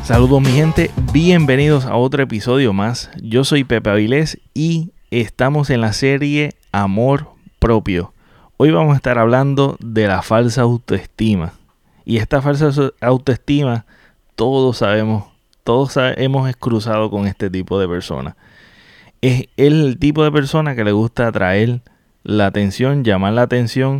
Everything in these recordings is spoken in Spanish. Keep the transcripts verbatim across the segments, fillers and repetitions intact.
Saludos mi gente, bienvenidos a otro episodio más. Yo soy Pepe Avilés y estamos en la serie Amor Propio. Hoy vamos a estar hablando de la falsa autoestima. Y esta falsa autoestima, todos sabemos, todos hemos cruzado con este tipo de persona. Es el tipo de persona que le gusta atraer la atención, llamar la atención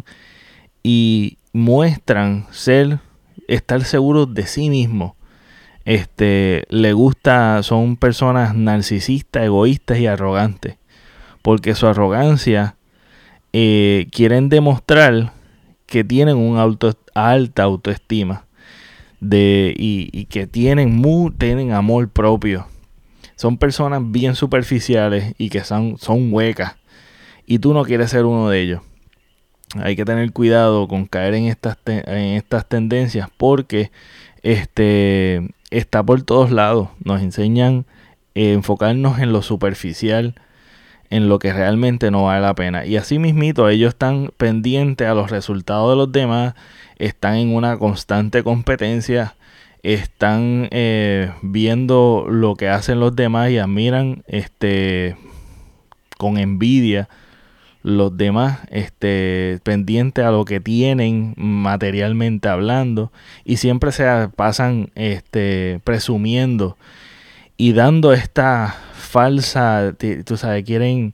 y muestran ser, estar seguros de sí mismos. Este, le gusta, son personas narcisistas, egoístas y arrogantes, porque su arrogancia eh, quieren demostrar que tienen una auto, alta autoestima de, y, y que tienen, muy, tienen amor propio. Son personas bien superficiales y que son, son huecas, y tú no quieres ser uno de ellos. Hay que tener cuidado con caer en estas, te, en estas tendencias, porque este está por todos lados. Nos enseñan a eh, enfocarnos en lo superficial, en lo que realmente no vale la pena. Y así mismito, ellos están pendientes a los resultados de los demás, están en una constante competencia, están eh, viendo lo que hacen los demás y admiran este con envidia los demás, este, pendientes a lo que tienen materialmente hablando, y siempre se pasan este, presumiendo y dando esta falsa, tú sabes, quieren,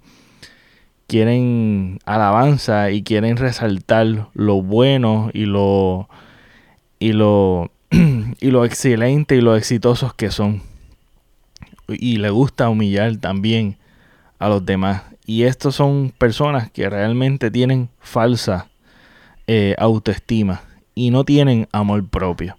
quieren alabanza y quieren resaltar lo bueno y lo, y lo, y lo excelente y lo exitosos que son. Y le gusta humillar también a los demás. Y estos son personas que realmente tienen falsa eh, autoestima y no tienen amor propio.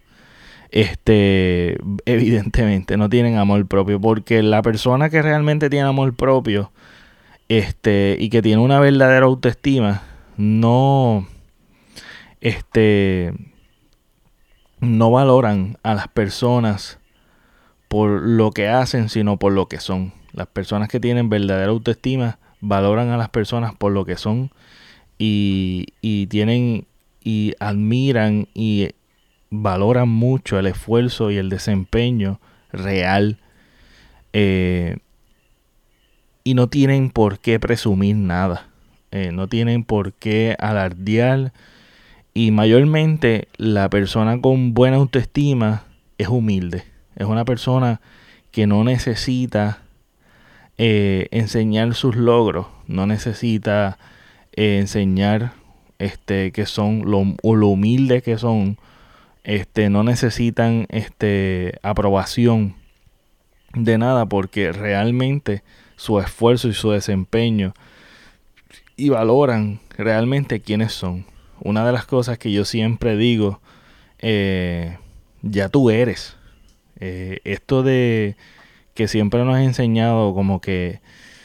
Este, evidentemente no tienen amor propio, porque la persona que realmente tiene amor propio, este, y que tiene una verdadera autoestima, no, este, no valoran a las personas por lo que hacen, sino por lo que son. Las personas que tienen verdadera autoestima valoran a las personas por lo que son y, y tienen y admiran y valoran mucho el esfuerzo y el desempeño real, eh, y no tienen por qué presumir nada, eh, no tienen por qué alardear. Y mayormente la persona con buena autoestima es humilde, es una persona que no necesita Eh, enseñar sus logros, no necesita eh, enseñar este que son lo, o lo humilde que son, este no necesitan este aprobación de nada, porque realmente su esfuerzo y su desempeño, y valoran realmente quiénes son. Una de las cosas que yo siempre digo, eh, ya tú eres, eh, esto de que siempre nos ha enseñado como que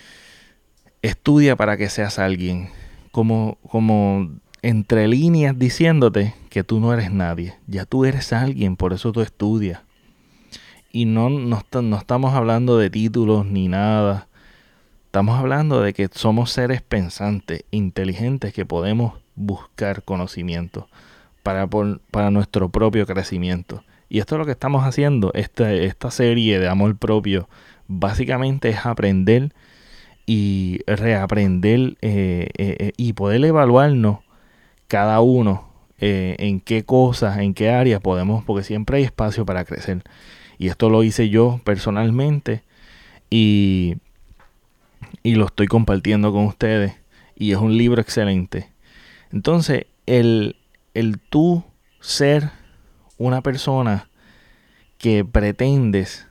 estudia para que seas alguien, como, como entre líneas diciéndote que tú no eres nadie, ya tú eres alguien, por eso tú estudias. Y no, no, no estamos hablando de títulos ni nada, estamos hablando de que somos seres pensantes, inteligentes, que podemos buscar conocimiento para, por, para nuestro propio crecimiento. Y esto es lo que estamos haciendo. Esta, esta serie de amor propio básicamente es aprender y reaprender eh, eh, y poder evaluarnos cada uno eh, en qué cosas, en qué áreas podemos, porque siempre hay espacio para crecer. Y esto lo hice yo personalmente y, y lo estoy compartiendo con ustedes. Y es un libro excelente. Entonces, el, el tú ser una persona que pretendes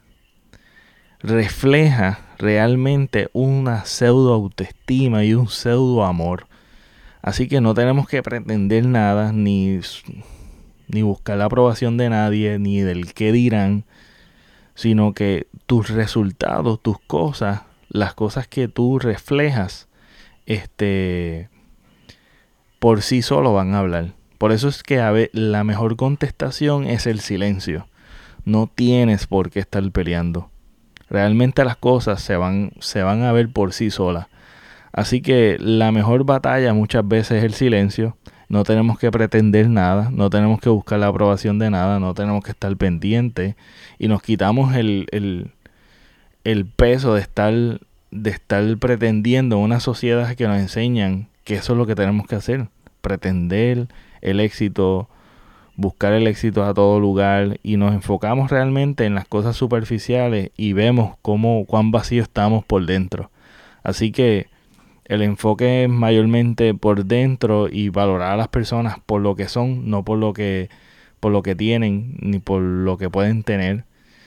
refleja realmente una pseudo autoestima y un pseudo amor. Así que no tenemos que pretender nada, ni, ni buscar la aprobación de nadie, ni del qué dirán, sino que tus resultados, tus cosas, las cosas que tú reflejas, este, por sí solo van a hablar. Por eso es que a ver, la mejor contestación es el silencio. No tienes por qué estar peleando. Realmente las cosas se van, se van a ver por sí solas. Así que la mejor batalla muchas veces es el silencio. No tenemos que pretender nada, no tenemos que buscar la aprobación de nada, no tenemos que estar pendientes y nos quitamos el, el, el peso de estar, de estar pretendiendo una sociedad que nos enseñan que eso es lo que tenemos que hacer, pretender el éxito, buscar el éxito a todo lugar, y nos enfocamos realmente en las cosas superficiales y vemos cómo, cuán vacío estamos por dentro. Así que el enfoque es mayormente por dentro y valorar a las personas por lo que son, no por lo que, por lo que tienen ni por lo que pueden tener.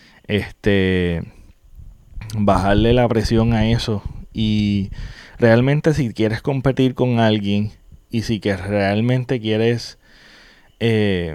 Este, bajarle la presión a eso, y realmente si quieres competir con alguien y si que realmente quieres eh,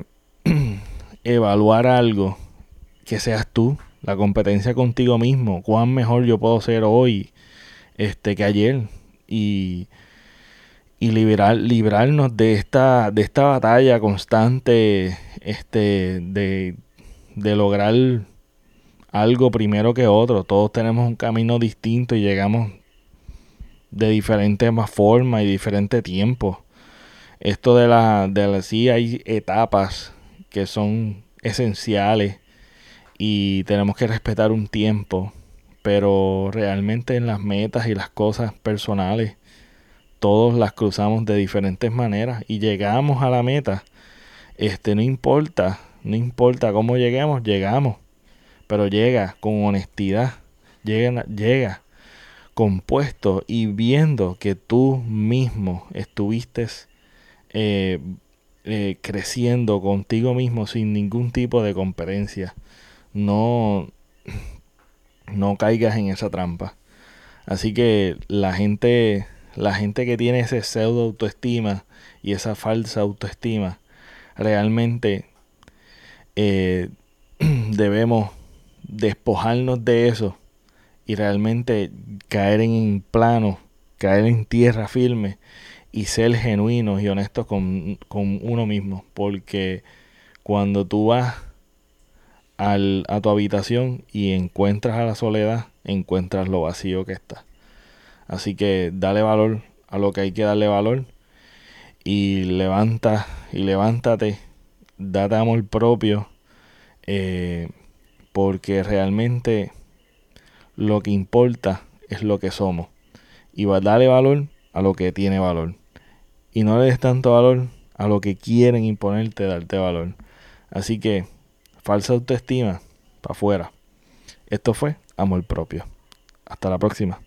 evaluar algo, que seas tú, la competencia contigo mismo, cuán mejor yo puedo ser hoy este que ayer, y, y liberar, librarnos de esta, de esta batalla constante este de, de lograr algo primero que otro. Todos tenemos un camino distinto y llegamos de diferentes formas y diferentes tiempos. Esto de la, de la sí hay etapas que son esenciales y tenemos que respetar un tiempo, pero realmente en las metas y las cosas personales todos las cruzamos de diferentes maneras y llegamos a la meta. Este no importa, no importa cómo lleguemos, llegamos, pero llega con honestidad, llega, llega compuesto y viendo que tú mismo estuviste eh, eh, creciendo contigo mismo sin ningún tipo de competencia. No, no caigas en esa trampa. Así que la gente, la gente que tiene ese pseudo autoestima y esa falsa autoestima, realmente eh, debemos despojarnos de eso y realmente caer en plano, caer en tierra firme y ser genuinos y honestos con, con uno mismo. Porque cuando tú vas al, a tu habitación y encuentras a la soledad, encuentras lo vacío que está. Así que dale valor a lo que hay que darle valor, y levanta y levántate, date amor propio, eh, porque realmente lo que importa es lo que somos, y va a darle valor a lo que tiene valor, y no le des tanto valor a lo que quieren imponerte darte valor. Así que falsa autoestima para afuera. Esto fue amor propio. Hasta la próxima.